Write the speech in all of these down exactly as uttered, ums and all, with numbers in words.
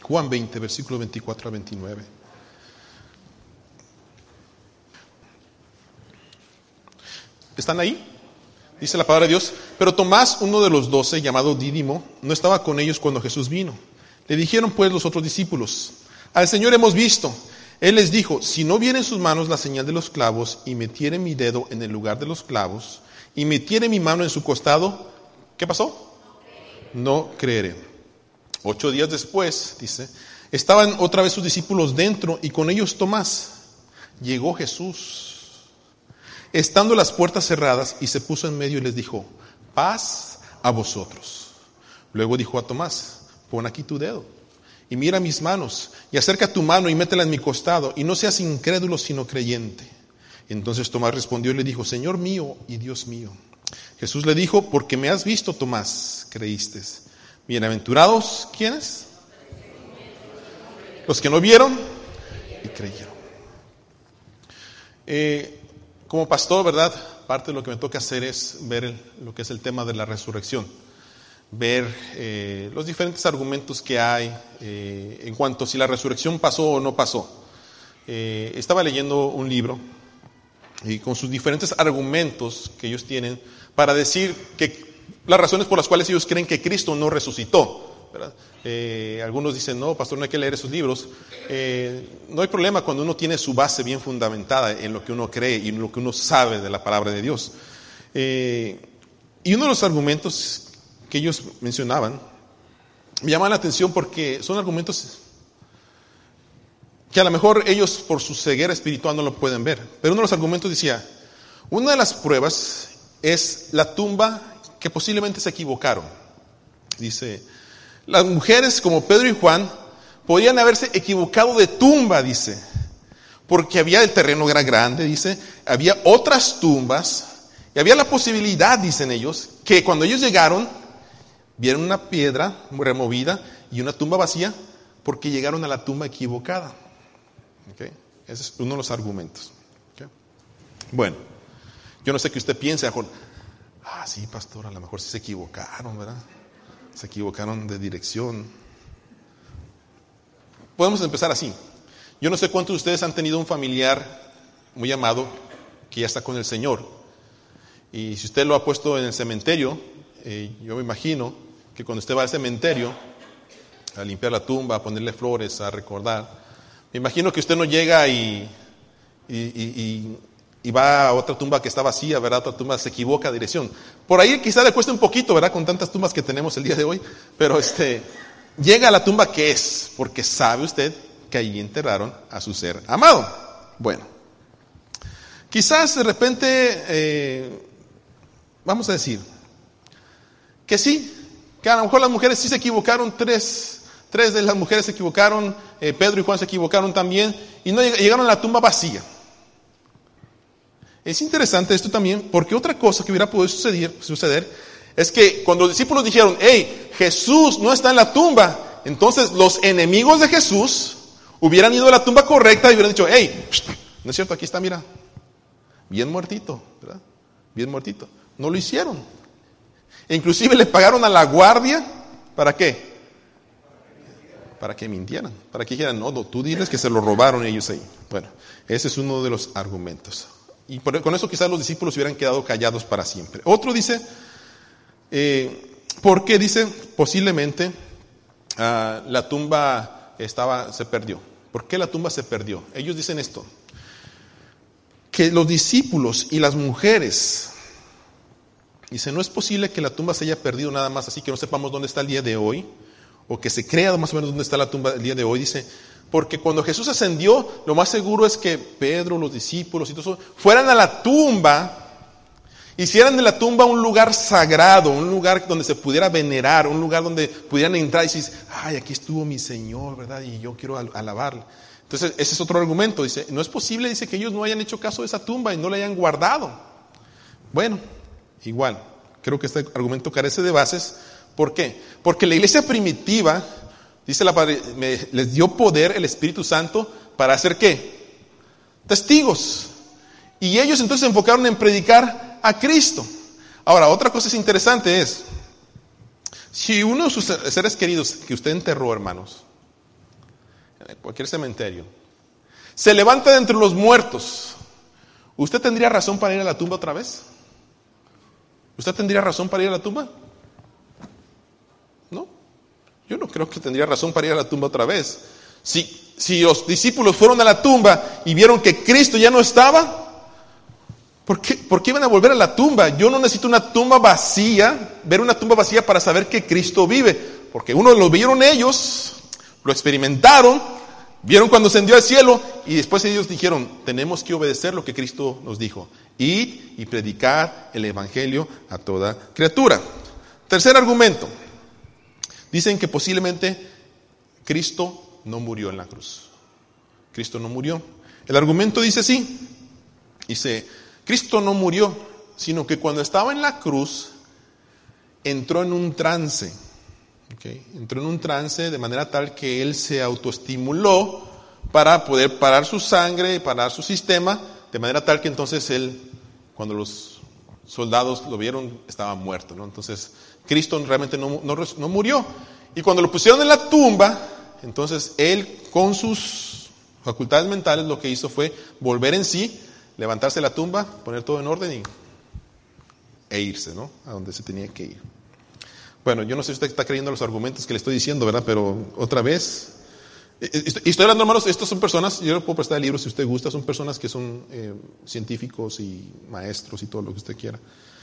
Juan veinte, versículo veinticuatro a veintinueve. ¿Están ahí? Dice la palabra de Dios. Pero Tomás, uno de los doce, llamado Dídimo, no estaba con ellos cuando Jesús vino. Le dijeron pues los otros discípulos: al Señor hemos visto. Él les dijo: si no viera en sus manos la señal de los clavos, y metiere mi dedo en el lugar de los clavos, y metiere mi mano en su costado, ¿qué pasó? No creeré. Ocho días después, dice, estaban otra vez sus discípulos dentro, y con ellos Tomás. Llegó Jesús, estando las puertas cerradas, y se puso en medio y les dijo: paz a vosotros. Luego dijo a Tomás: pon aquí tu dedo y mira mis manos, y acerca tu mano y métela en mi costado, y no seas incrédulo sino creyente. Entonces Tomás respondió y le dijo: Señor mío y Dios mío. Jesús le dijo: porque me has visto, Tomás, creíste. Bienaventurados, ¿quiénes? Los que no vieron y creyeron. Eh, como pastor, ¿verdad? Parte de lo que me toca hacer es ver el, lo que es el tema de la resurrección. Ver eh, los diferentes argumentos que hay eh, en cuanto a si la resurrección pasó o no pasó. Eh, estaba leyendo un libro y con sus diferentes argumentos que ellos tienen para decir que las razones por las cuales ellos creen que Cristo no resucitó, ¿verdad? Eh, algunos dicen: no, pastor, no hay que leer esos libros. Eh, no hay problema cuando uno tiene su base bien fundamentada en lo que uno cree y en lo que uno sabe de la palabra de Dios. Eh, y uno de los argumentos que ellos mencionaban me llama la atención porque son argumentos que a lo mejor ellos por su ceguera espiritual no lo pueden ver. Pero uno de los argumentos decía: una de las pruebas es la tumba que posiblemente se equivocaron. Dice, las mujeres como Pedro y Juan podían haberse equivocado de tumba, dice, porque había, el terreno era grande, dice, había otras tumbas y había la posibilidad, dicen ellos, que cuando ellos llegaron vieron una piedra removida y una tumba vacía porque llegaron a la tumba equivocada. ¿Okay? Ese es uno de los argumentos. ¿Okay? Bueno, yo no sé qué usted piensa. Ah, sí, pastor, a lo mejor sí se equivocaron, ¿verdad? Se equivocaron de dirección. Podemos empezar así. Yo no sé cuántos de ustedes han tenido un familiar muy amado que ya está con el Señor. Y si usted lo ha puesto en el cementerio, eh, yo me imagino que cuando usted va al cementerio a limpiar la tumba, a ponerle flores, a recordar, me imagino que usted no llega y, y, y, y va a otra tumba que está vacía, ¿verdad? Otra tumba se equivoca de dirección. Por ahí quizá le cueste un poquito, ¿verdad? Con tantas tumbas que tenemos el día de hoy, pero este, llega a la tumba que es, porque sabe usted que allí enterraron a su ser amado. Bueno, quizás de repente, eh, vamos a decir, que sí, que a lo mejor las mujeres sí se equivocaron, tres, tres de las mujeres se equivocaron, eh, Pedro y Juan se equivocaron también, y no llegaron a la tumba vacía. Es interesante esto también, porque otra cosa que hubiera podido suceder, suceder es que cuando los discípulos dijeron: hey, Jesús no está en la tumba, entonces los enemigos de Jesús hubieran ido a la tumba correcta y hubieran dicho: hey, no es cierto, aquí está, mira, bien muertito, ¿verdad? Bien muertito. No lo hicieron. E inclusive le pagaron a la guardia, ¿para qué? Para que mintieran, para que dijeran: no, no, tú diles que se lo robaron ellos ahí. Bueno, ese es uno de los argumentos. Y por, con eso quizás los discípulos hubieran quedado callados para siempre. Otro dice, eh, ¿por qué dice posiblemente uh, la tumba estaba, se perdió? ¿Por qué la tumba se perdió? Ellos dicen esto, que los discípulos y las mujeres, dice, no es posible que la tumba se haya perdido nada más así que no sepamos dónde está el día de hoy, o que se crea más o menos dónde está la tumba el día de hoy. Dice, porque cuando Jesús ascendió, lo más seguro es que Pedro, los discípulos y todo eso, fueran a la tumba, hicieran de la tumba un lugar sagrado, un lugar donde se pudiera venerar, un lugar donde pudieran entrar y decir: ay, aquí estuvo mi Señor, ¿verdad? Y yo quiero alabarle. Entonces, ese es otro argumento. Dice, no es posible, dice, que ellos no hayan hecho caso de esa tumba y no la hayan guardado. Bueno, igual, creo que este argumento carece de bases. ¿Por qué? Porque la iglesia primitiva, dice la Padre, me, les dio poder el Espíritu Santo para hacer ¿qué? Testigos. Y ellos entonces se enfocaron en predicar a Cristo. Ahora, otra cosa es interesante es, si uno de sus seres queridos que usted enterró, hermanos, en cualquier cementerio, se levanta de entre los muertos, ¿usted tendría razón para ir a la tumba otra vez? ¿Usted tendría razón para ir a la tumba? No, yo no creo que tendría razón para ir a la tumba otra vez. Si, si los discípulos fueron a la tumba y vieron que Cristo ya no estaba, ¿por qué, ¿por qué iban a volver a la tumba? Yo no necesito una tumba vacía, ver una tumba vacía para saber que Cristo vive, porque uno lo vieron ellos, lo experimentaron, vieron cuando ascendió al cielo y después ellos dijeron, tenemos que obedecer lo que Cristo nos dijo. Id y predicar el evangelio a toda criatura. Tercer argumento. Dicen que posiblemente Cristo no murió en la cruz. Cristo no murió. El argumento dice así. Dice, Cristo no murió, sino que cuando estaba en la cruz, entró en un trance. Okay. Entró en un trance de manera tal que él se autoestimuló para poder parar su sangre, parar su sistema, de manera tal que entonces él, cuando los soldados lo vieron, estaba muerto, ¿no? Entonces, Cristo realmente no, no, no murió. Y cuando lo pusieron en la tumba, entonces él, con sus facultades mentales, lo que hizo fue volver en sí, levantarse de la tumba, poner todo en orden y, e irse, ¿no? A donde se tenía que ir. Bueno, yo no sé si usted está creyendo los argumentos que le estoy diciendo, ¿verdad? Pero otra vez, y estoy hablando, hermanos, estas son personas, yo le puedo prestar el libro si usted gusta, son personas que son eh, científicos y maestros y todo lo que usted quiera.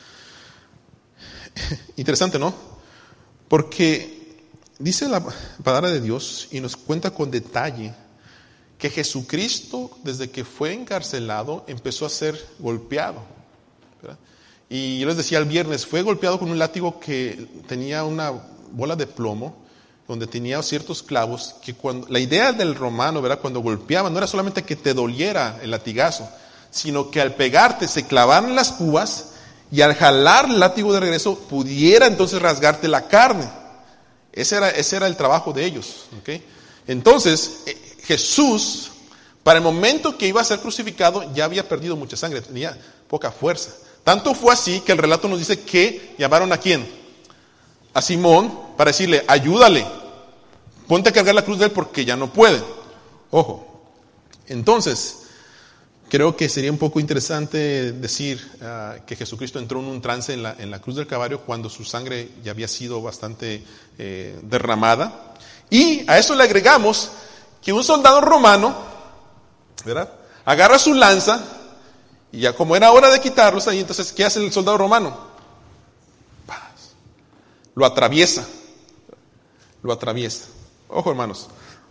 Interesante, ¿no? Porque dice la palabra de Dios y nos cuenta con detalle que Jesucristo, desde que fue encarcelado, empezó a ser golpeado, ¿verdad? Y yo les decía el viernes, fue golpeado con un látigo que tenía una bola de plomo, donde tenía ciertos clavos, que cuando, la idea del romano, ¿verdad? Cuando golpeaba, no era solamente que te doliera el latigazo, sino que al pegarte se clavaran las púas y al jalar el látigo de regreso pudiera entonces rasgarte la carne. Ese era, ese era el trabajo de ellos, ¿okay? Entonces, eh, Jesús, para el momento que iba a ser crucificado, ya había perdido mucha sangre, tenía poca fuerza. Tanto fue así que el relato nos dice que llamaron a quién, a Simón, para decirle, ayúdale, ponte a cargar la cruz de él porque ya no puede. Ojo, entonces, creo que sería un poco interesante decir uh, que Jesucristo entró en un trance en la, en la cruz del Calvario cuando su sangre ya había sido bastante eh, derramada. Y a eso le agregamos que un soldado romano, ¿verdad?, agarra su lanza. Y ya como era hora de quitarlos ahí, entonces, ¿qué hace el soldado romano? Paz. Lo atraviesa. Lo atraviesa. Ojo, hermanos.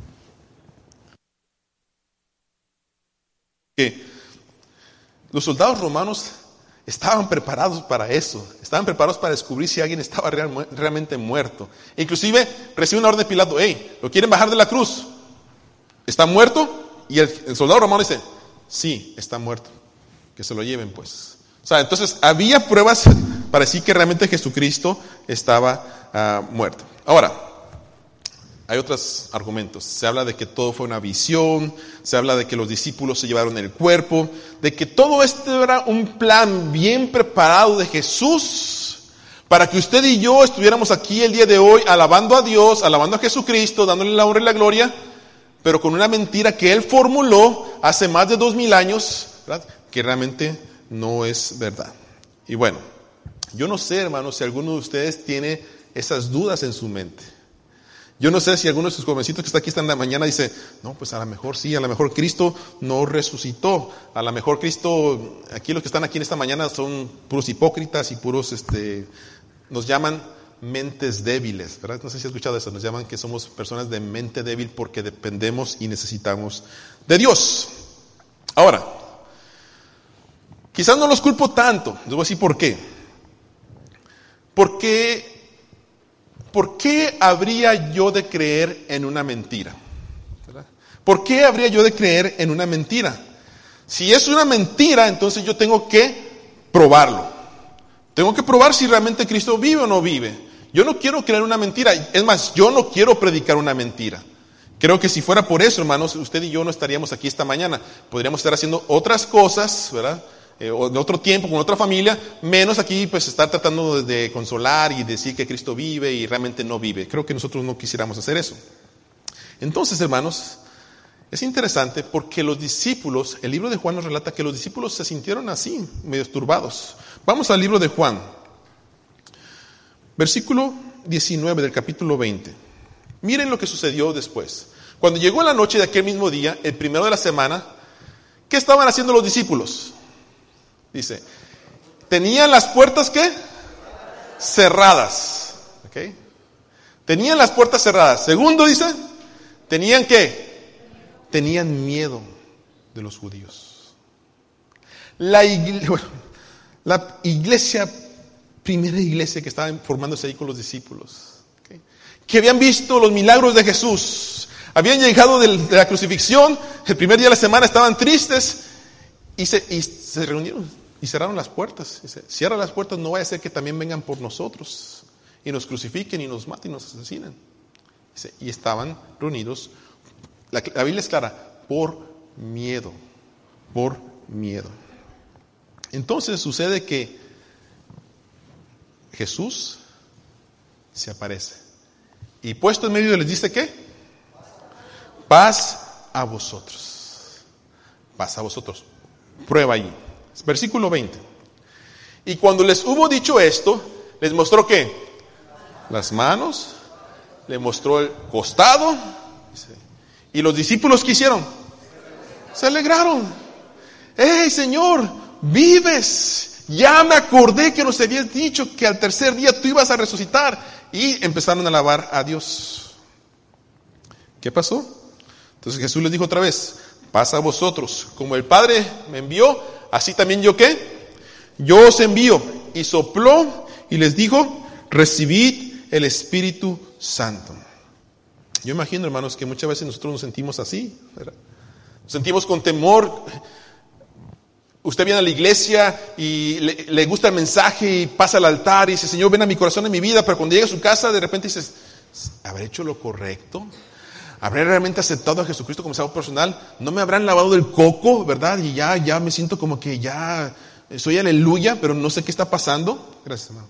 Que los soldados romanos estaban preparados para eso. Estaban preparados para descubrir si alguien estaba real, realmente muerto. E inclusive recibe una orden de Pilato. Hey, ¿lo quieren bajar de la cruz? ¿Está muerto? Y el, el soldado romano dice, sí, está muerto. Que se lo lleven, pues. O sea, entonces había pruebas para decir que realmente Jesucristo estaba uh, muerto. Ahora, hay otros argumentos. Se habla de que todo fue una visión, se habla de que los discípulos se llevaron el cuerpo, de que todo esto era un plan bien preparado de Jesús para que usted y yo estuviéramos aquí el día de hoy alabando a Dios, alabando a Jesucristo, dándole la honra y la gloria, pero con una mentira que Él formuló hace más de dos mil años, ¿verdad?, que realmente no es verdad. Y bueno, yo no sé, hermanos, si alguno de ustedes tiene esas dudas en su mente. Yo no sé si alguno de sus jovencitos que está aquí esta mañana dice, no, pues a lo mejor sí, a lo mejor Cristo no resucitó, a lo mejor Cristo, aquí los que están aquí en esta mañana son puros hipócritas y puros, este, nos llaman mentes débiles, ¿verdad? No sé si has escuchado eso, nos llaman que somos personas de mente débil porque dependemos y necesitamos de Dios. Ahora, quizás no los culpo tanto, les voy a decir por qué. Porque, ¿por qué habría yo de creer en una mentira? ¿Verdad? ¿Por qué habría yo de creer en una mentira? Si es una mentira, entonces yo tengo que probarlo. Tengo que probar si realmente Cristo vive o no vive. Yo no quiero creer una mentira. Es más, yo no quiero predicar una mentira. Creo que si fuera por eso, hermanos, usted y yo no estaríamos aquí esta mañana. Podríamos estar haciendo otras cosas, ¿verdad? Eh, o de otro tiempo, con otra familia, menos aquí pues estar tratando de, de consolar y decir que Cristo vive y realmente no vive. Creo que nosotros no quisiéramos hacer eso. Entonces, hermanos, Es interesante porque los discípulos, el libro de Juan nos relata que los discípulos se sintieron así, medio turbados. Vamos al libro de Juan, versículo diecinueve del capítulo veinte. Miren lo que sucedió después. Cuando llegó la noche de aquel mismo día, el primero de la semana, ¿qué estaban haciendo los discípulos? Dice, tenían las puertas, ¿qué? Cerradas. ¿Ok? Tenían las puertas cerradas. Segundo, dice, tenían ¿qué? Tenían miedo de los judíos. La iglesia, bueno, la iglesia, primera iglesia que estaba formándose ahí con los discípulos, ¿okay? Que habían visto los milagros de Jesús, habían llegado de la crucifixión, el primer día de la semana estaban tristes y se, y se reunieron y cerraron las puertas. Dice, cierra las puertas, no vaya a ser que también vengan por nosotros y nos crucifiquen y nos maten y nos asesinen. Dice, y estaban reunidos. La, la Biblia es clara, por miedo, por miedo. Entonces sucede que Jesús se aparece y puesto en medio les dice ¿qué? Paz a vosotros. Paz a vosotros. Prueba allí. Versículo veinte. Y cuando les hubo dicho esto, les mostró ¿qué? Las manos, le mostró el costado. Y los discípulos ¿qué hicieron? Se alegraron. ¡Hey, Señor! ¡Vives! Ya me acordé que nos habías dicho que al tercer día tú ibas a resucitar. Y empezaron a alabar a Dios. ¿Qué pasó? Entonces Jesús les dijo otra vez, paz a vosotros. Como el Padre me envió, así también yo ¿qué? Yo os envío. Y sopló y les dijo, recibid el Espíritu Santo. Yo imagino, hermanos, que muchas veces nosotros nos sentimos así, ¿verdad? Nos sentimos con temor. Usted viene a la iglesia y le, le gusta el mensaje y pasa al altar y dice, Señor, ven a mi corazón, en mi vida. Pero cuando llega a su casa, de repente dices, ¿habré hecho lo correcto? ¿Habré realmente aceptado a Jesucristo como salvador personal? ¿No me habrán lavado del coco, verdad? Y ya, ya me siento como que ya soy aleluya, pero no sé qué está pasando. Gracias, hermano.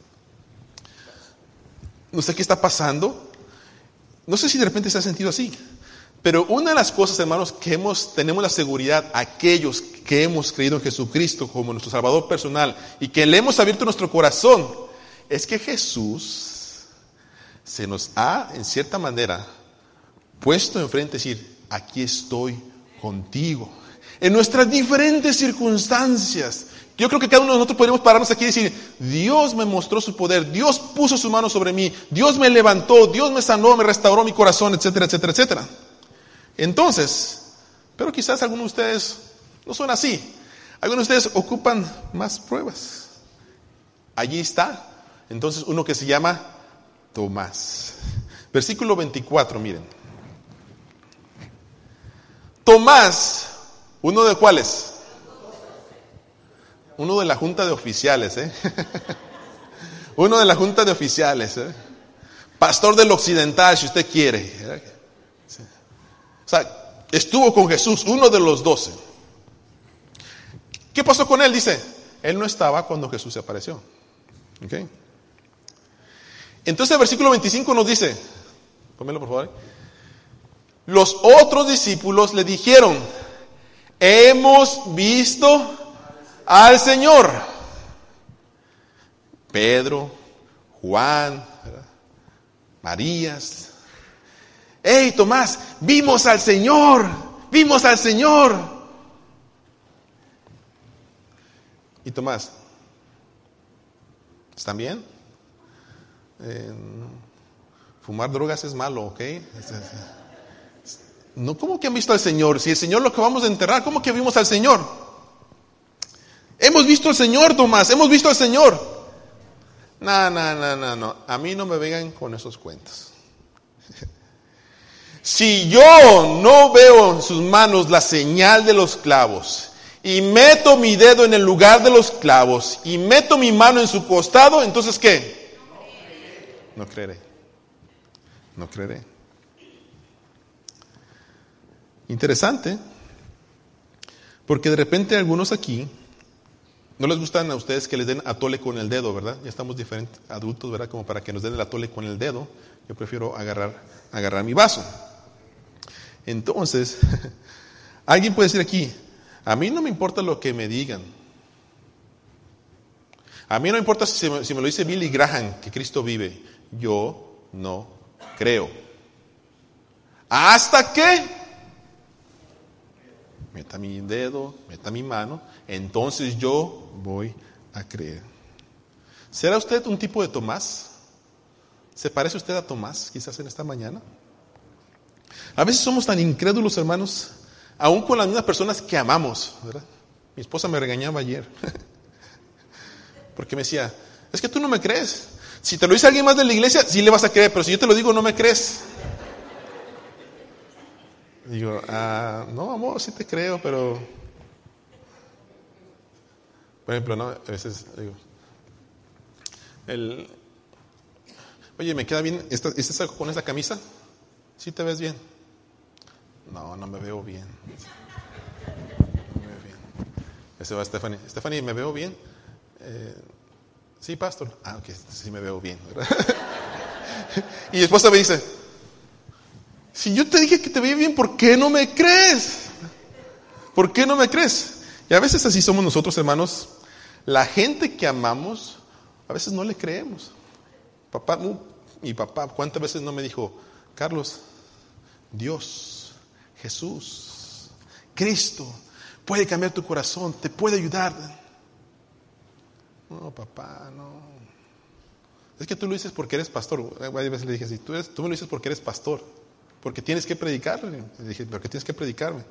No sé qué está pasando. No sé si de repente se ha sentido así, pero una de las cosas, hermanos, que hemos, tenemos la seguridad, aquellos que hemos creído en Jesucristo como nuestro Salvador personal y que le hemos abierto nuestro corazón, es que Jesús se nos ha, en cierta manera, puesto enfrente y decir, aquí estoy contigo, en nuestras diferentes circunstancias. Yo creo que cada uno de nosotros podríamos pararnos aquí y decir, Dios me mostró su poder, Dios puso su mano sobre mí, Dios me levantó, Dios me sanó, me restauró mi corazón, etcétera, etcétera, etcétera. Entonces, pero quizás algunos de ustedes no son así. Algunos de ustedes ocupan más pruebas. Allí está, entonces, uno que se llama Tomás. Versículo veinticuatro, miren. Tomás, ¿uno de cuáles? Uno de la junta de oficiales, ¿eh? Uno de la junta de oficiales, ¿eh? Pastor del occidental, si usted quiere. Sí. O sea, estuvo con Jesús, uno de los doce. ¿Qué pasó con él? Dice, él no estaba cuando Jesús se apareció. ¿Okay? Entonces el versículo veinticinco nos dice, pónmelo por favor. Los otros discípulos le dijeron, hemos visto al Señor. Pedro, Juan, ¿verdad? Marías. ¡Hey, Tomás! ¡Vimos al Señor! ¡Vimos al Señor! Y Tomás, ¿están bien? Eh, fumar drogas es malo, ¿ok? No, ¿cómo que han visto al Señor? Si el Señor lo acabamos de enterrar, ¿cómo que vimos al Señor? Hemos visto al Señor, Tomás, hemos visto al Señor. No, no, no, no, no. A mí no me vengan con esos cuentos. Si yo no veo en sus manos la señal de los clavos y meto mi dedo en el lugar de los clavos y meto mi mano en su costado, entonces ¿qué? No creeré. No creeré. Interesante, porque de repente algunos aquí no les gustan a ustedes que les den atole con el dedo, ¿verdad? Ya estamos diferentes adultos, ¿verdad? Como para que nos den el atole con el dedo. Yo prefiero agarrar, agarrar mi vaso. Entonces, alguien puede decir aquí, a mí no me importa lo que me digan. A mí no me importa si me, si me lo dice Billy Graham, que Cristo vive. Yo no creo. ¿Hasta que meta mi dedo, meta mi mano, entonces yo voy a creer? ¿Será usted un tipo de Tomás? ¿Se parece usted a Tomás quizás en esta mañana? A veces somos tan incrédulos, hermanos, aún con las mismas personas que amamos, ¿verdad? Mi esposa me regañaba ayer porque me decía, es que tú no me crees. Si te lo dice alguien más de la iglesia, sí le vas a creer, pero si yo te lo digo, no me crees. Digo, ah, no, amor, sí te creo, pero... Por ejemplo, no, a veces digo, el... oye, ¿me queda bien esta, esta, con esta camisa? ¿Sí te ves bien? No, no me veo bien. No me veo bien. Ese va Stephanie. Stephanie, ¿me veo bien? Eh, sí, pastor. Ah, ok, sí me veo bien, ¿verdad? Y mi esposa me dice, si yo te dije que te veía bien, ¿por qué no me crees? ¿Por qué no me crees? Y a veces así somos nosotros, hermanos. La gente que amamos, a veces no le creemos. Papá, mi papá, ¿cuántas veces no me dijo, Carlos, Dios, Jesús, Cristo, puede cambiar tu corazón, te puede ayudar? No, papá, no. Es que tú lo dices porque eres pastor. Varias veces le dije así, tú, eres, tú me lo dices porque eres pastor, porque tienes que predicarme. Le dije, porque tienes que predicarme.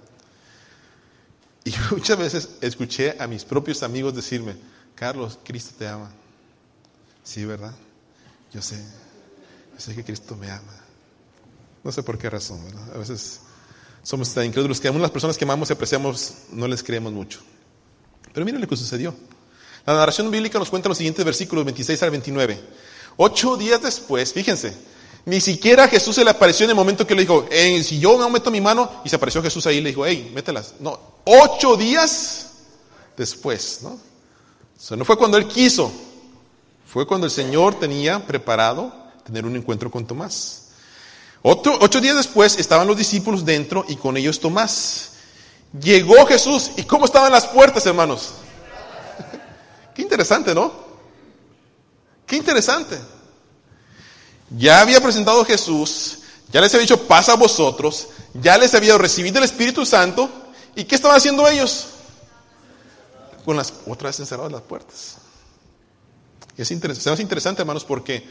Y muchas veces escuché a mis propios amigos decirme, Carlos, Cristo te ama. Sí, ¿verdad? Yo sé, yo sé que Cristo me ama. No sé por qué razón, ¿verdad? A veces somos tan incrédulos que aún las personas que amamos y apreciamos no les creemos mucho. Pero miren lo que sucedió. La narración bíblica nos cuenta los siguientes versículos veintiséis al veintinueve. Ocho días después, fíjense, ni siquiera Jesús se le apareció en el momento que le dijo, hey, si yo me meto mi mano, y se apareció Jesús ahí y le dijo, hey, mételas. No, ocho días después, ¿no? O sea, no fue cuando él quiso, fue cuando el Señor tenía preparado tener un encuentro con Tomás. Otro, ocho días después estaban los discípulos dentro y con ellos Tomás. Llegó Jesús. ¿Y cómo estaban las puertas, hermanos? Qué interesante, ¿no? Qué interesante. Ya había presentado Jesús, ya les había dicho, paz a vosotros, ya les había recibido el Espíritu Santo. ¿Y qué estaban haciendo ellos? Con las otra vez encerradas las puertas. Y es interesante, es interesante, hermanos, porque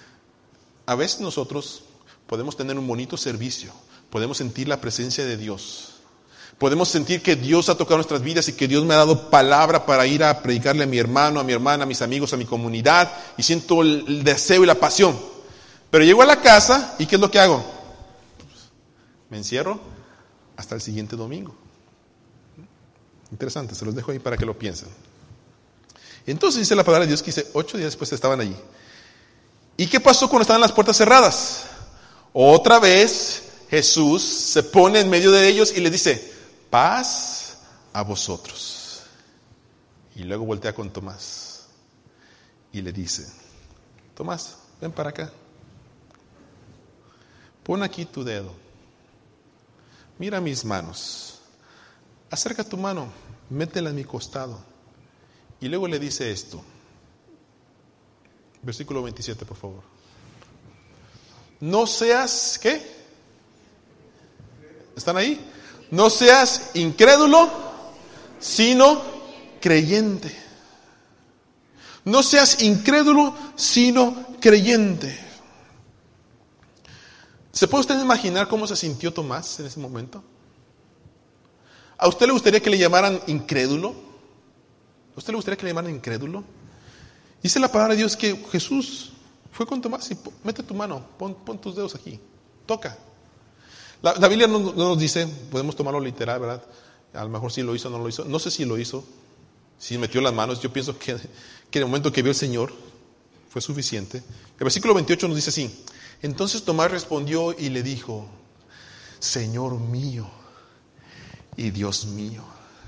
a veces nosotros podemos tener un bonito servicio, podemos sentir la presencia de Dios, podemos sentir que Dios ha tocado nuestras vidas y que Dios me ha dado palabra para ir a predicarle a mi hermano, a mi hermana, a mis amigos, a mi comunidad, y siento el deseo y la pasión. Pero llego a la casa y ¿qué es lo que hago? Me encierro hasta el siguiente domingo. Interesante, se los dejo ahí para que lo piensen. Entonces dice la palabra de Dios que dice, ocho días después estaban allí. ¿Y qué pasó cuando estaban las puertas cerradas? Otra vez Jesús se pone en medio de ellos y les dice, paz a vosotros. Y luego voltea con Tomás y le dice, Tomás, ven para acá. Pon aquí tu dedo. Mira mis manos. Acerca tu mano, métela en mi costado. Y luego le dice esto. Versículo veintisiete, por favor. No seas, ¿qué? ¿Están ahí? No seas incrédulo, sino creyente. No seas incrédulo, sino creyente. ¿Se puede usted imaginar cómo se sintió Tomás en ese momento? ¿A usted le gustaría que le llamaran incrédulo? ¿A usted le gustaría que le llamaran incrédulo? Dice la palabra de Dios que Jesús fue con Tomás y mete tu mano, pon, pon tus dedos aquí, toca. La, la Biblia no, no nos dice, podemos tomarlo literal, ¿verdad? A lo mejor sí lo hizo o no lo hizo. No sé si lo hizo, si metió las manos. Yo pienso que, que en el momento que vio el Señor fue suficiente. El versículo veintiocho nos dice así. Entonces Tomás respondió y le dijo, Señor mío y Dios mío.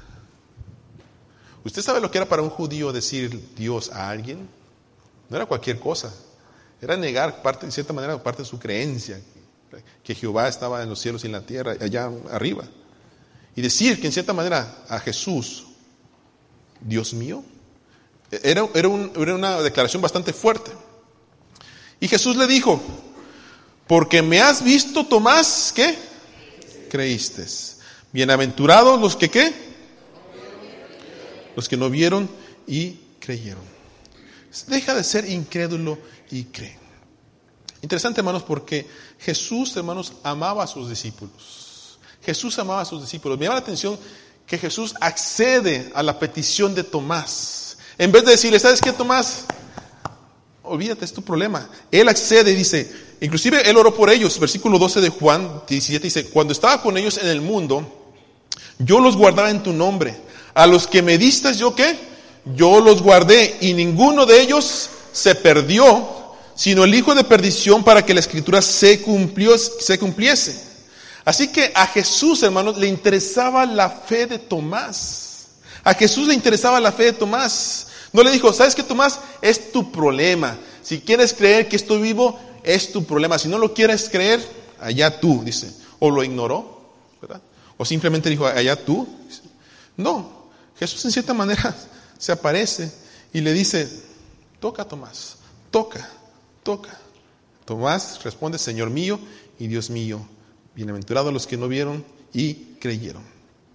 ¿Usted sabe lo que era para un judío decir Dios a alguien? No era cualquier cosa. Era negar parte, de cierta manera, parte de su creencia. que Jehová estaba en los cielos y en la tierra, allá arriba. Y decir que en cierta manera a Jesús, Dios mío, era, era, un, era una declaración bastante fuerte. Y Jesús le dijo, porque me has visto, Tomás, ¿qué? Creíste. Bienaventurados los que, ¿qué? Los que no vieron y creyeron. Deja de ser incrédulo y cree. Interesante, hermanos, porque Jesús, hermanos, amaba a sus discípulos. Jesús amaba a sus discípulos. Me llama la atención que Jesús accede a la petición de Tomás. En vez de decirle, ¿sabes qué, Tomás? Olvídate, es tu problema. Él accede y dice, inclusive él oró por ellos. Versículo doce de Juan diecisiete dice, cuando estaba con ellos en el mundo, yo los guardaba en tu nombre. A los que me diste, ¿yo qué? Yo los guardé y ninguno de ellos se perdió, sino el hijo de perdición, para que la escritura se cumplió, se cumpliese. Así que a Jesús, hermanos, le interesaba la fe de Tomás. A Jesús le interesaba la fe de Tomás. No le dijo, ¿sabes qué, Tomás? Es tu problema. Si quieres creer que estoy vivo, es tu problema. Si no lo quieres creer, allá tú, dice. O lo ignoró, ¿verdad? O simplemente dijo, allá tú. No, Jesús en cierta manera se aparece y le dice, toca, Tomás, toca. Toca. Tomás responde, Señor mío y Dios mío. Bienaventurados los que no vieron y creyeron.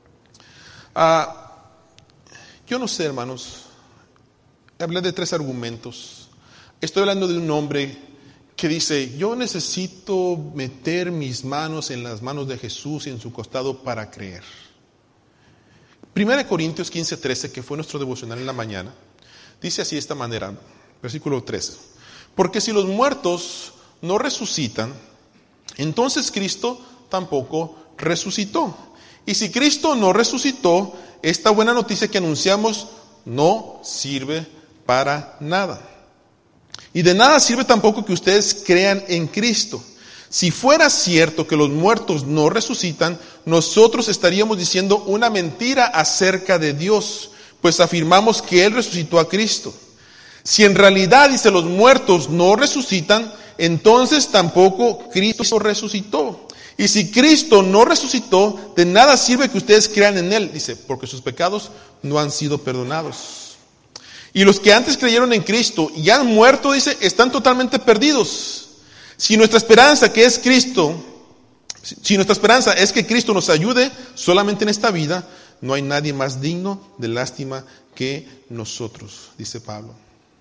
Ah, yo no sé, hermanos. Hablé de tres argumentos. Estoy hablando de un hombre que dice, yo necesito meter mis manos en las manos de Jesús y en su costado para creer. Primera de Corintios quince, trece, que fue nuestro devocional en la mañana, dice así de esta manera, versículo trece. Porque si los muertos no resucitan, entonces Cristo tampoco resucitó. Y si Cristo no resucitó, esta buena noticia que anunciamos no sirve para nada. Y de nada sirve tampoco que ustedes crean en Cristo. Si fuera cierto que los muertos no resucitan, nosotros estaríamos diciendo una mentira acerca de Dios, pues afirmamos que Él resucitó a Cristo. Si en realidad, dice, los muertos no resucitan, entonces tampoco Cristo resucitó. Y si Cristo no resucitó, de nada sirve que ustedes crean en Él, dice, porque sus pecados no han sido perdonados. Y los que antes creyeron en Cristo y han muerto, dice, están totalmente perdidos. Si nuestra esperanza, que es Cristo, si nuestra esperanza es que Cristo nos ayude solamente en esta vida, no hay nadie más digno de lástima que nosotros, dice Pablo.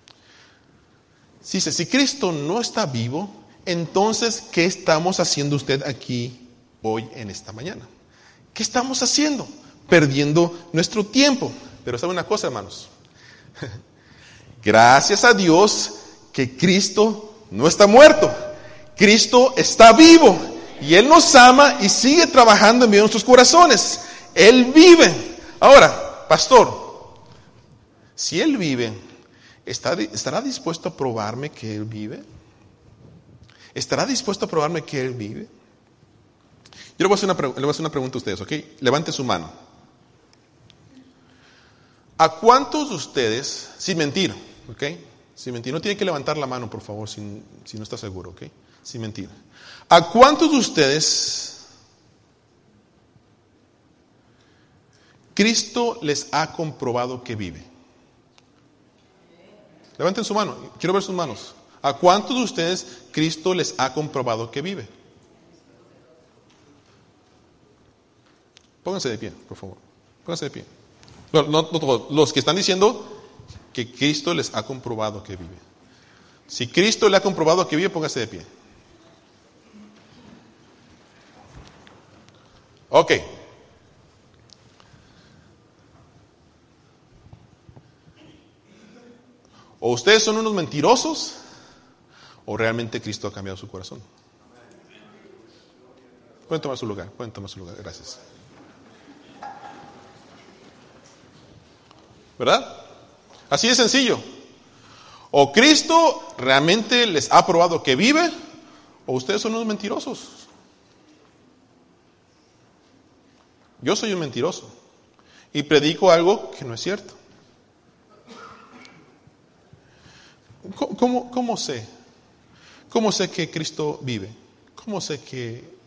Dice, si Cristo no está vivo, entonces, ¿qué estamos haciendo usted aquí hoy en esta mañana? ¿Qué estamos haciendo? Perdiendo nuestro tiempo. Pero ¿sabe una cosa, hermanos? Gracias a Dios que Cristo no está muerto. Cristo está vivo y Él nos ama y sigue trabajando en medio de nuestros corazones. Él vive. Ahora, pastor, si Él vive, ¿estará dispuesto a probarme que Él vive? ¿Estará dispuesto a probarme que Él vive? Yo le voy a hacer una, le voy a hacer una pregunta a ustedes, ¿ok? Levante su mano. ¿A cuántos de ustedes, sin mentir, ¿ok? Sin mentir, no tiene que levantar la mano, por favor, si, si no está seguro, ¿ok? Sin mentir. ¿A cuántos de ustedes Cristo les ha comprobado que vive? Levanten su mano, quiero ver sus manos. ¿A cuántos de ustedes Cristo les ha comprobado que vive? Pónganse de pie, por favor. Pónganse de pie. No, no, no todos. Los que están diciendo que Cristo les ha comprobado que vive. Si Cristo le ha comprobado que vive, póngase de pie. Ok. O ustedes son unos mentirosos, o realmente Cristo ha cambiado su corazón. Pueden tomar su lugar, pueden tomar su lugar, gracias. ¿Verdad? Así de sencillo. O Cristo realmente les ha probado que vive, o ustedes son unos mentirosos. Yo soy un mentiroso y predico algo que no es cierto. ¿Cómo, cómo, cómo sé? ¿Cómo sé que Cristo vive? ¿Cómo sé que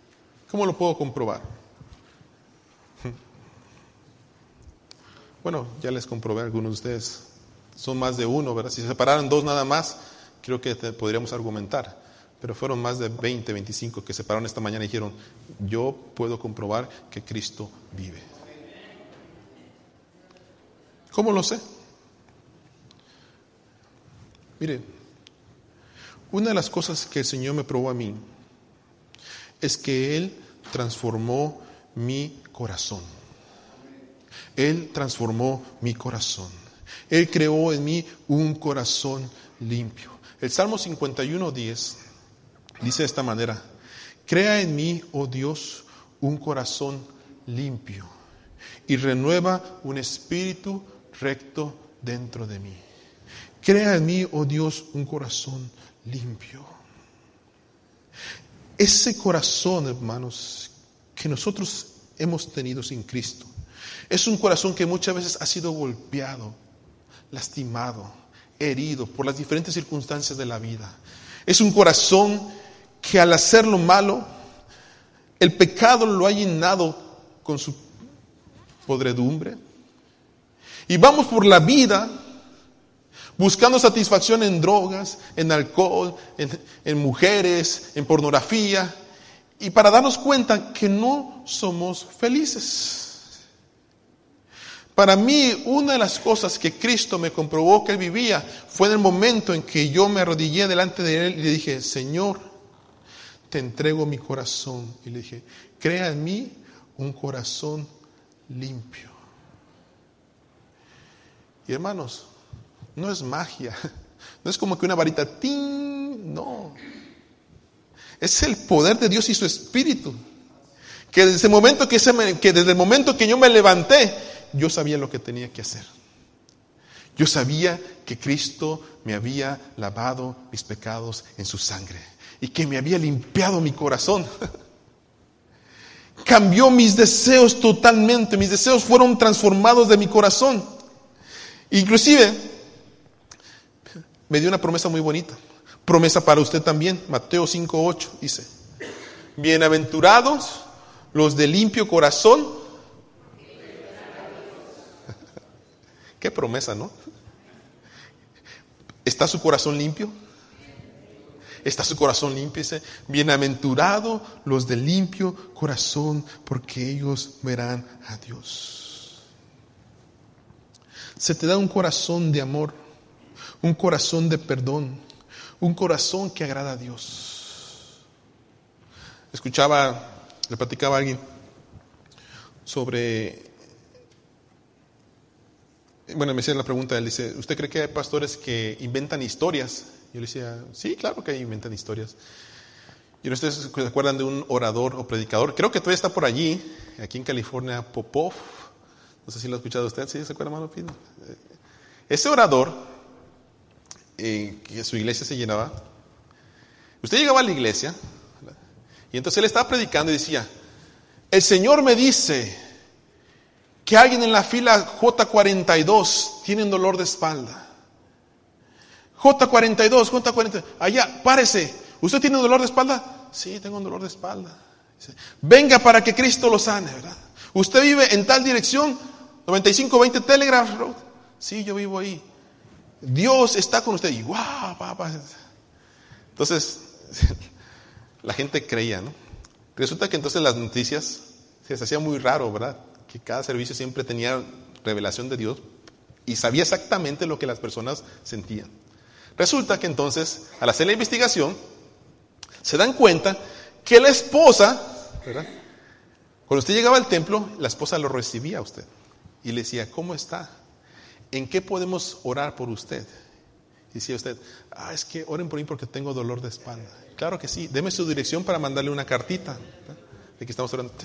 ¿Cómo lo puedo comprobar? Bueno, ya les comprobé a algunos de ustedes. Son más de uno, ¿verdad? Si se separaran dos nada más, creo que te podríamos argumentar. Pero fueron más de veinte, veinticinco que se pararon esta mañana y dijeron, yo puedo comprobar que Cristo vive. ¿Cómo lo sé? Mire, una de las cosas que el Señor me probó a mí es que Él transformó mi corazón. Él transformó mi corazón. Él creó en mí un corazón limpio. El Salmo cincuenta y uno, diez dice de esta manera: crea en mí, oh Dios, un corazón limpio y renueva un espíritu recto dentro de mí. Crea en mí, oh Dios, un corazón limpio. Ese corazón, hermanos, que nosotros hemos tenido sin Cristo, es un corazón que muchas veces ha sido golpeado, lastimado, herido por las diferentes circunstancias de la vida. Es un corazón que al hacer lo malo, el pecado lo ha llenado con su podredumbre. Y vamos por la vida buscando satisfacción en drogas, en alcohol, en, en mujeres, en pornografía, y para darnos cuenta que no somos felices. Para mí, una de las cosas que Cristo me comprobó que Él vivía fue en el momento en que yo me arrodillé delante de Él y le dije, Señor, te entrego mi corazón. Y le dije, crea en mí un corazón limpio. Y hermanos, no es magia, no es como que una varita, ¡ting! No. Es el poder de Dios y su Espíritu. Que desde el momento que, se me, que desde el momento que yo me levanté, yo sabía lo que tenía que hacer. Yo sabía que Cristo me había lavado mis pecados en su sangre y que me había limpiado mi corazón. Cambió mis deseos totalmente. Mis deseos fueron transformados de mi corazón. Inclusive me dio una promesa muy bonita. Promesa para usted también. Mateo cinco ocho dice: bienaventurados los de limpio corazón. Qué promesa, ¿no? ¿Está su corazón limpio? ¿Está su corazón limpio? Dice, bienaventurados los de limpio corazón, porque ellos verán a Dios. Se te da un corazón de amor, un corazón de perdón, un corazón que agrada a Dios. Escuchaba, le platicaba a alguien sobre... Bueno, me hacían la pregunta, él dice, ¿usted cree que hay pastores que inventan historias? Yo le decía, sí, claro que inventan historias. Y ustedes se acuerdan de un orador o predicador, creo que todavía está por allí, aquí en California, Popov. No sé si lo ha escuchado usted, ¿sí se acuerda, hermano Pino? Ese orador, eh, que su iglesia se llenaba, usted llegaba a la iglesia, ¿verdad? Y entonces él estaba predicando y decía, el Señor me dice que alguien en la fila J cuarenta y dos tiene un dolor de espalda. J cuarenta y dos, J cuarenta y dos, allá, párese. ¿Usted tiene un dolor de espalda? Sí, tengo un dolor de espalda. Dice, venga para que Cristo lo sane, ¿verdad? ¿Usted vive en tal dirección? noventa y cinco veinte Telegraph Road. Sí, yo vivo ahí. Dios está con usted. Y guau, papá. Entonces, la gente creía, ¿no? Resulta que entonces las noticias se les hacía muy raro, ¿verdad? Que cada servicio siempre tenía revelación de Dios y sabía exactamente lo que las personas sentían. Resulta que entonces, al hacer la investigación, se dan cuenta que la esposa, ¿verdad? Cuando usted llegaba al templo, la esposa lo recibía a usted y le decía, ¿cómo está? ¿En qué podemos orar por usted? Y decía usted, ah, es que oren por mí porque tengo dolor de espalda. Claro que sí, deme su dirección para mandarle una cartita, ¿verdad? De que estamos orando.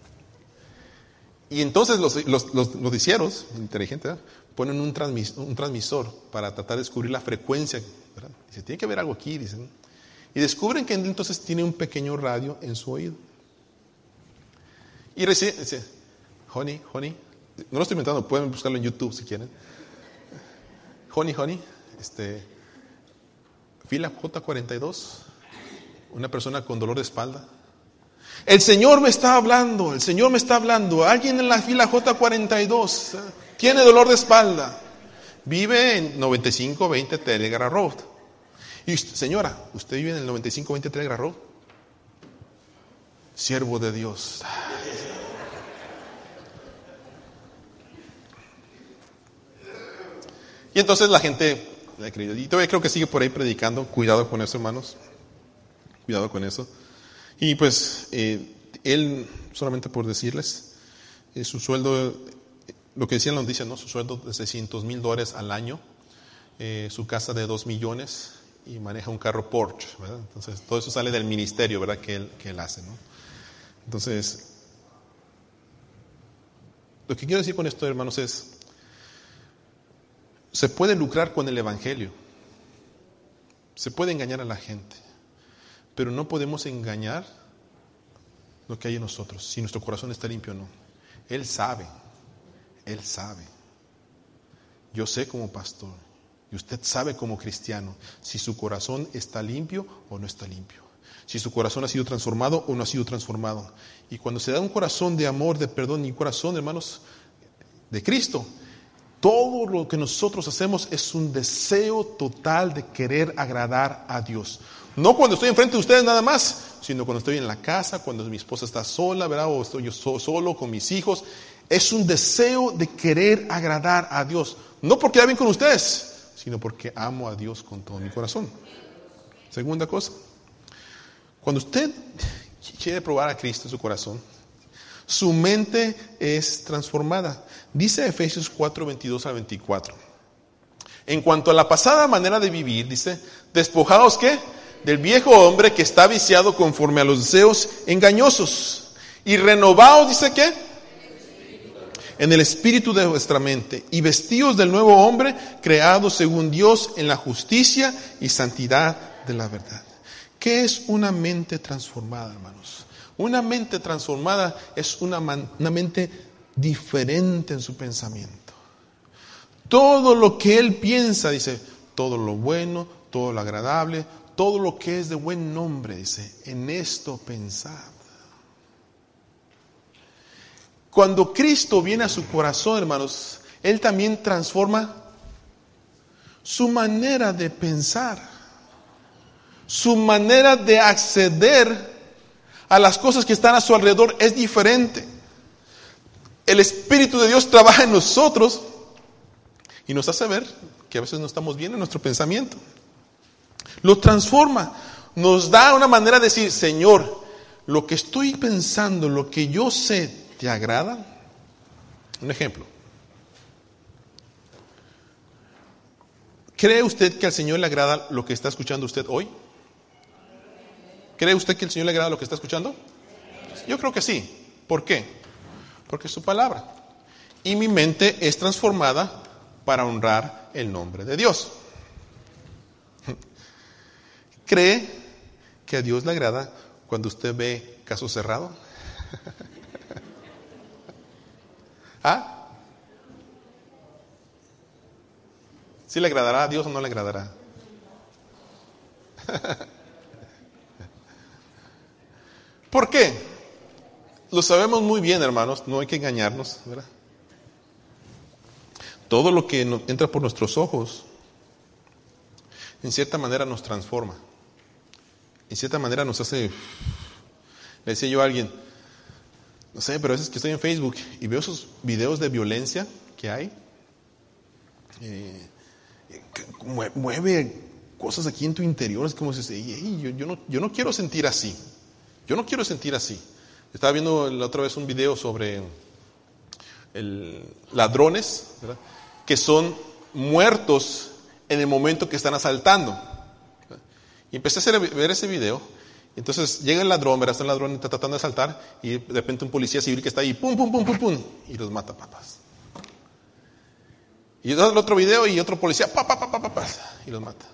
Y entonces los, los, los noticieros, inteligentes, ¿verdad? Ponen un, transmis, un transmisor para tratar de descubrir la frecuencia, ¿verdad? Dice, tiene que haber algo aquí, dicen. Y descubren que entonces tiene un pequeño radio en su oído. Y recibe, dice, honey, honey, no lo estoy inventando, pueden buscarlo en YouTube si quieren. Honey, honey, este, fila J cuarenta y dos, una persona con dolor de espalda. El Señor me está hablando, el Señor me está hablando. Alguien en la fila J cuarenta y dos tiene dolor de espalda. Vive en noventa y cinco veinte Telegraph Road. Y usted, señora, ¿usted vive en el noventa y cinco veinte Telegraph Road? Siervo de Dios. Y entonces la gente, y todavía creo que sigue por ahí predicando. Cuidado con eso, hermanos. Cuidado con eso. Y pues, eh, él, solamente por decirles, eh, su sueldo, lo que decían las noticias, ¿no? Su sueldo de seiscientos mil dólares al año, eh, su casa de dos millones y maneja un carro Porsche, ¿verdad? Entonces, todo eso sale del ministerio, ¿verdad? Que él, que él hace, ¿no? Entonces, lo que quiero decir con esto, hermanos, es, se puede lucrar con el evangelio, se puede engañar a la gente, pero no podemos engañar lo que hay en nosotros, si nuestro corazón está limpio o no. Él sabe, Él sabe. Yo sé como pastor, y usted sabe como cristiano, si su corazón está limpio o no está limpio. Si su corazón ha sido transformado o no ha sido transformado. Y cuando se da un corazón de amor, de perdón, y un corazón, hermanos, de Cristo, todo lo que nosotros hacemos es un deseo total de querer agradar a Dios. No cuando estoy enfrente de ustedes nada más, sino cuando estoy en la casa, cuando mi esposa está sola, ¿verdad? O estoy yo solo con mis hijos. Es un deseo de querer agradar a Dios. No porque quedar bien con ustedes, sino porque amo a Dios con todo mi corazón. Segunda cosa. Cuando usted quiere probar a Cristo en su corazón, su mente es transformada. Dice Efesios cuatro, veintidós al veinticuatro. En cuanto a la pasada manera de vivir, dice, despojaos ¿qué? Del viejo hombre que está viciado conforme a los deseos engañosos. Y renovaos, dice ¿qué? En el espíritu de vuestra mente. Y vestíos del nuevo hombre creado según Dios en la justicia y santidad de la verdad. ¿Qué es una mente transformada, hermanos? Una mente transformada es una, man, una mente diferente en su pensamiento. Todo lo que él piensa, dice, todo lo bueno, todo lo agradable, todo lo que es de buen nombre, dice, en esto pensad. Cuando Cristo viene a su corazón, hermanos, Él también transforma su manera de pensar. Su manera de acceder a las cosas que están a su alrededor es diferente. El Espíritu de Dios trabaja en nosotros y nos hace ver que a veces no estamos bien en nuestro pensamiento. Lo transforma, nos da una manera de decir, Señor, lo que estoy pensando, lo que yo sé, ¿te agrada? Un ejemplo. ¿Cree usted que al Señor le agrada lo que está escuchando usted hoy? ¿Cree usted que al Señor le agrada lo que está escuchando? Yo creo que sí. ¿Por qué? Porque es su palabra. Y mi mente es transformada para honrar el nombre de Dios. ¿Cree que a Dios le agrada cuando usted ve Caso Cerrado? ¿Ah? ¿Sí le agradará a Dios o no le agradará? ¿Por qué? Lo sabemos muy bien, hermanos, no hay que engañarnos, ¿verdad? Todo lo que entra por nuestros ojos, en cierta manera nos transforma. En cierta manera nos hace... Le decía yo a alguien, no sé, pero a veces que estoy en Facebook y veo esos videos de violencia que hay, eh, mueve cosas aquí en tu interior, es como si hey, yo, yo, no, yo no quiero sentir así. Yo no quiero sentir así. Estaba viendo la otra vez un video sobre el, ladrones, ¿verdad? Que son muertos en el momento que están asaltando. ¿Verdad? Y empecé a hacer, ver ese video. Y entonces llega el ladrón, ¿verdad? Está el ladrón está tratando de asaltar y de repente un policía civil que está ahí, pum, pum, pum, pum, pum, y los mata, papas. Y el otro video y otro policía, pa, pa, pa, pa, pa, pa, y los mata.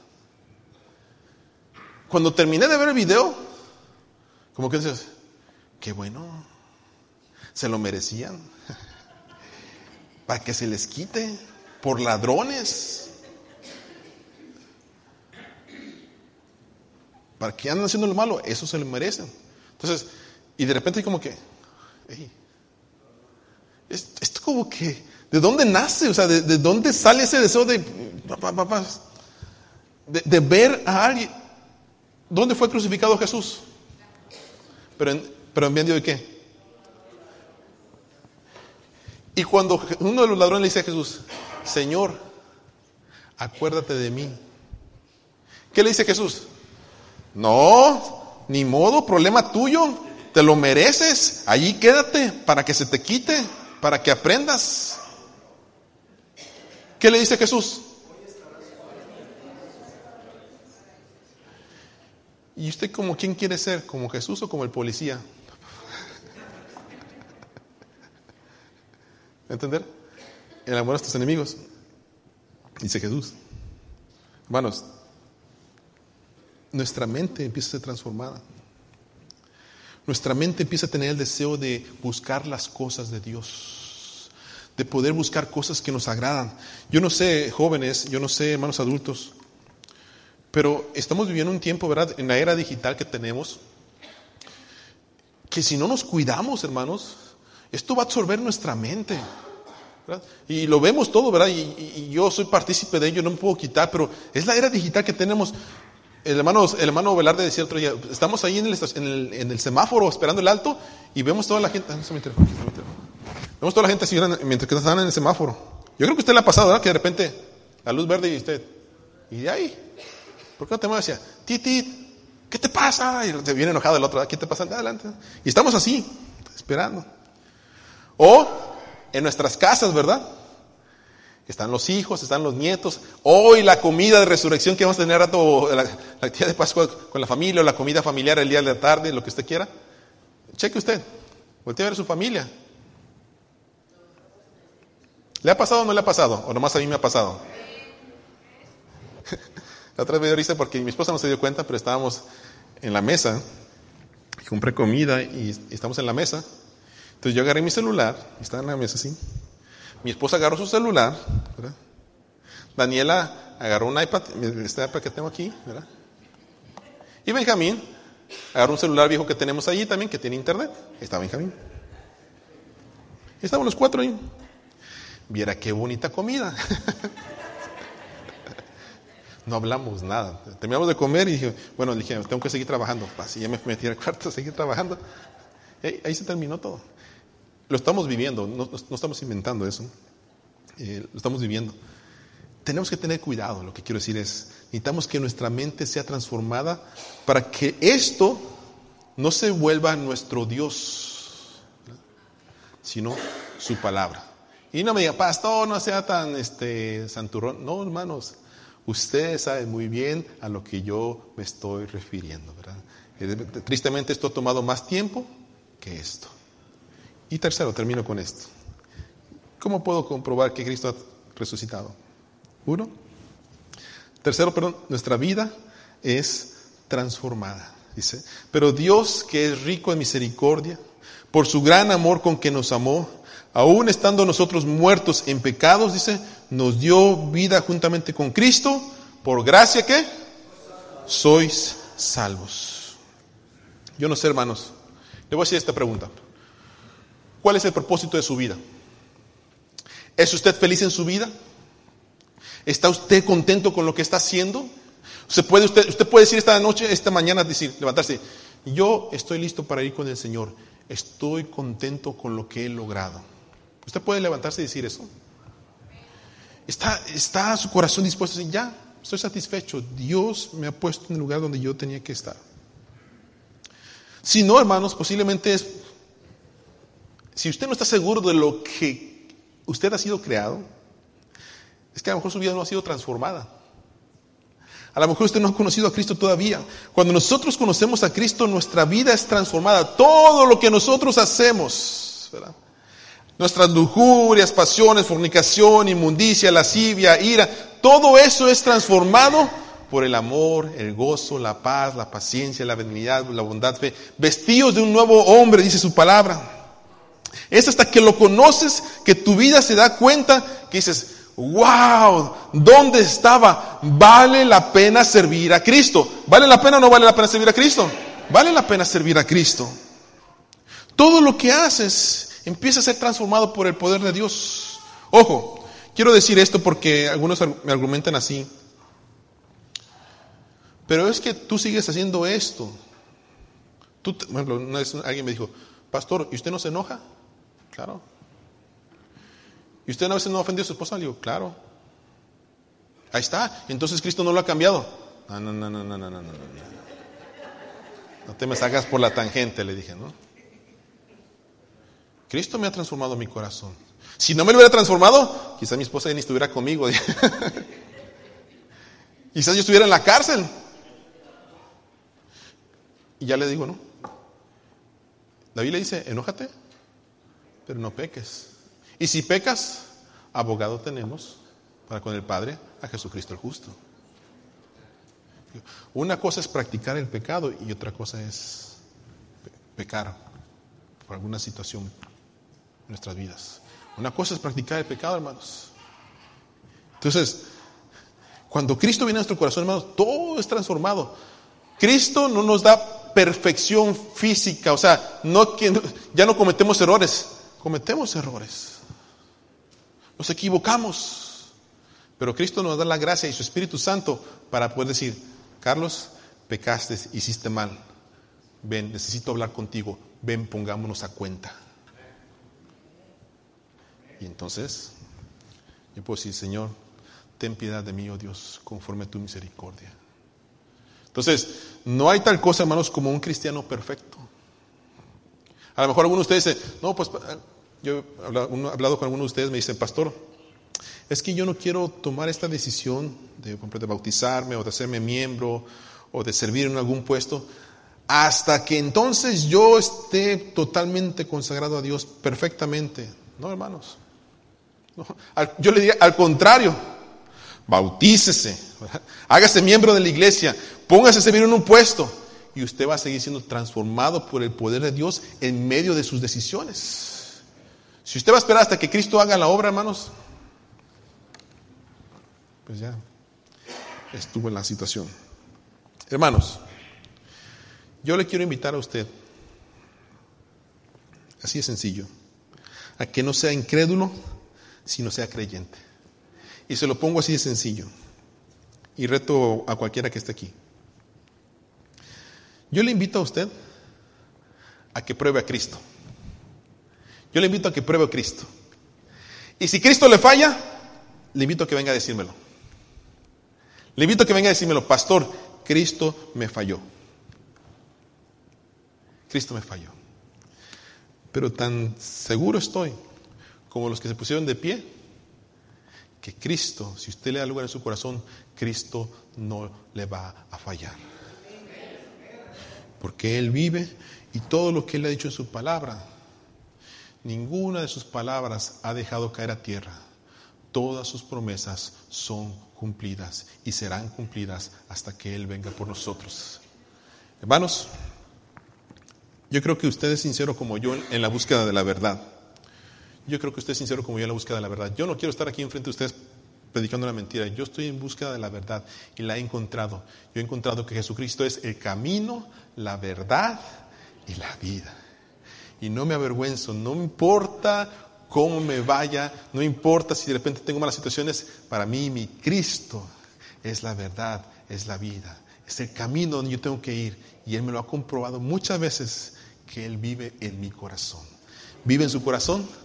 Cuando terminé de ver el video, como que dices, qué bueno, se lo merecían, para que se les quite por ladrones, para que andan haciendo lo malo, eso se lo merecen. Entonces, Y de repente como que, hey, esto como que, ¿de dónde nace? O sea, ¿de, de dónde sale ese deseo de, de, de ver a alguien? ¿Dónde fue crucificado Jesús? Pero en, pero en medio de qué? Y cuando uno de los ladrones le dice a Jesús, Señor, acuérdate de mí. ¿Qué le dice Jesús? No, ni modo, problema tuyo, te lo mereces, allí quédate para que se te quite, para que aprendas. ¿Qué le dice Jesús? ¿Y usted como quién quiere ser? ¿Como Jesús o como el policía? ¿Entender? El amor a tus enemigos, dice Jesús. Hermanos, nuestra mente empieza a ser transformada. Nuestra mente empieza a tener el deseo de buscar las cosas de Dios, de poder buscar cosas que nos agradan. Yo no sé, jóvenes, yo no sé, hermanos adultos, pero estamos viviendo un tiempo, ¿verdad?, en la era digital que tenemos, que si no nos cuidamos, hermanos, esto va a absorber nuestra mente, ¿verdad? Y lo vemos todo, ¿verdad? Y, y, y yo soy partícipe de ello, no me puedo quitar, pero es la era digital que tenemos. El hermano, el hermano Velarde decía otro día, estamos ahí en el, en, el, en el semáforo esperando el alto y vemos toda la gente, ah, no se me interrumpe, no se me interrumpe. Vemos toda la gente así mientras que están en el semáforo. Yo creo que a usted le ha pasado, ¿verdad? Que de repente la luz verde y usted, y de ahí, ¿por qué no te mueves? Decía, Titi, ¿qué te pasa? Y te viene enojado el otro, ¿qué te pasa? Adelante. Y estamos así, esperando. O en nuestras casas, ¿verdad? Están los hijos, están los nietos. Hoy la comida de resurrección que vamos a tener rato, la, la actividad de Pascua con la familia, o la comida familiar el día de la tarde, lo que usted quiera. Cheque usted, voltee a ver a su familia. ¿Le ha pasado o no le ha pasado? ¿O nomás a mí me ha pasado? La otra vez me dio risa porque mi esposa no se dio cuenta, pero estábamos en la mesa, y compré comida y, y estamos en la mesa. Entonces yo agarré mi celular, y estaba en la mesa así. Mi esposa agarró su celular, ¿verdad? Daniela agarró un iPad, este iPad que tengo aquí, ¿verdad? Y Benjamín agarró un celular viejo que tenemos allí también, que tiene internet. Ahí está Benjamín. Y estaban los cuatro ahí. Viera qué bonita comida. No hablamos nada. Terminamos de comer y dije, bueno, le dije, tengo que seguir trabajando. Así ya me metí al cuarto a seguir trabajando. Y ahí, ahí se terminó todo. Lo estamos viviendo, no, no estamos inventando eso, eh, lo estamos viviendo. Tenemos que tener cuidado, lo que quiero decir es, necesitamos que nuestra mente sea transformada para que esto no se vuelva nuestro Dios, ¿verdad?, sino su palabra. Y no me diga, pastor, no sea tan este santurrón. No, hermanos, ustedes saben muy bien a lo que yo me estoy refiriendo, ¿verdad? Eh, tristemente esto ha tomado más tiempo que esto. Y tercero, termino con esto. ¿Cómo puedo comprobar que Cristo ha resucitado? Uno. Tercero, perdón, nuestra vida es transformada, dice. Pero Dios, que es rico en misericordia, por su gran amor con que nos amó, aún estando nosotros muertos en pecados, dice, nos dio vida juntamente con Cristo. Por gracia, ¿qué? Sois salvos. Yo no sé, hermanos. Le voy a hacer esta pregunta. ¿Cuál es el propósito de su vida? ¿Es usted feliz en su vida? ¿Está usted contento con lo que está haciendo? ¿Usted puede, usted, usted puede decir esta noche, esta mañana, decir, levantarse, yo estoy listo para ir con el Señor, estoy contento con lo que he logrado? ¿Usted puede levantarse y decir eso? ¿Está, está su corazón dispuesto a decir, ya, estoy satisfecho, Dios me ha puesto en el lugar donde yo tenía que estar? Si no, hermanos, posiblemente es, si usted no está seguro de lo que usted ha sido creado, es que a lo mejor su vida no ha sido transformada. A lo mejor usted no ha conocido a Cristo todavía. Cuando nosotros conocemos a Cristo, nuestra vida es transformada. Todo lo que nosotros hacemos, ¿verdad?, nuestras lujurias, pasiones, fornicación, inmundicia, lascivia, ira, todo eso es transformado por el amor, el gozo, la paz, la paciencia, la benignidad, la bondad, fe, vestidos de un nuevo hombre, dice su palabra. Es hasta que lo conoces que tu vida se da cuenta que dices, wow, ¿dónde estaba? Vale la pena servir a Cristo. ¿Vale la pena o no vale la pena servir a Cristo? Vale la pena servir a Cristo. todo lo que haces empieza a ser transformado por el poder de Dios. Ojo, quiero decir esto porque algunos me argumentan así. Pero es que tú sigues haciendo esto. Tú, por ejemplo, una vez alguien me dijo, pastor, ¿y usted no se enoja? Claro. ¿Y usted una vez no ofendió a su esposa? Le digo, claro. Ahí está. Entonces Cristo no lo ha cambiado. No, no, no, no, no, no, no, no. No te me sacas por la tangente, le dije, ¿no? Cristo me ha transformado mi corazón. Si no me lo hubiera transformado, quizás mi esposa ya ni estuviera conmigo. Quizás yo estuviera en la cárcel. Y ya le digo, ¿no? La Biblia dice, enójate, pero no peques. Y si pecas, abogado tenemos para con el Padre, a Jesucristo el justo. Una cosa es practicar el pecado y otra cosa es pecar por alguna situación en nuestras vidas. Una cosa es practicar el pecado, hermanos. Entonces, cuando Cristo viene a nuestro corazón, hermanos, todo es transformado. Cristo no nos da perfección física, o sea, no, ya no cometemos errores, cometemos errores, nos equivocamos, pero Cristo nos da la gracia y su Espíritu Santo para poder decir, Carlos, pecaste, hiciste mal, ven, necesito hablar contigo, ven, pongámonos a cuenta. Y entonces, yo puedo decir, Señor, ten piedad de mí, oh Dios, conforme a tu misericordia. Entonces, no hay tal cosa, hermanos, como un cristiano perfecto. A lo mejor algunos de ustedes dicen, no, pues, yo he hablado, he hablado con algunos de ustedes, me dicen, pastor, es que yo no quiero tomar esta decisión de, de bautizarme o de hacerme miembro o de servir en algún puesto, hasta que entonces yo esté totalmente consagrado a Dios perfectamente. No, hermanos. No, yo le diría, al contrario, bautícese, ¿verdad? Hágase miembro de la iglesia, póngase a servir en un puesto y usted va a seguir siendo transformado por el poder de Dios en medio de sus decisiones. Si usted va a esperar hasta que Cristo haga la obra, hermanos, pues ya estuvo en la situación. Hermanos, yo le quiero invitar a usted, así de sencillo, a que no sea incrédulo, sino sea creyente. Y se lo pongo así de sencillo. Y reto a cualquiera que esté aquí. Yo le invito a usted a que pruebe a Cristo. Yo le invito a que pruebe a Cristo. Y si Cristo le falla, le invito a que venga a decírmelo. Le invito a que venga a decírmelo, pastor, Cristo me falló. Cristo me falló. Pero tan seguro estoy como los que se pusieron de pie, que Cristo, si usted le da lugar en su corazón, Cristo no le va a fallar. Porque Él vive y todo lo que Él ha dicho en su palabra, ninguna de sus palabras ha dejado caer a tierra. Todas sus promesas son cumplidas y serán cumplidas hasta que Él venga por nosotros. Hermanos, yo creo que usted es sincero como yo en la búsqueda de la verdad. Yo creo que usted es sincero como yo en la búsqueda de la verdad. Yo no quiero estar aquí enfrente de ustedes predicando una mentira. Yo estoy en búsqueda de la verdad y la he encontrado. Yo he encontrado que Jesucristo es el camino, la verdad y la vida. Y no me avergüenzo, no me importa cómo me vaya, no importa si de repente tengo malas situaciones. Para mí, mi Cristo es la verdad, es la vida, es el camino donde yo tengo que ir. Y Él me lo ha comprobado muchas veces que Él vive en mi corazón. ¿Vive en su corazón?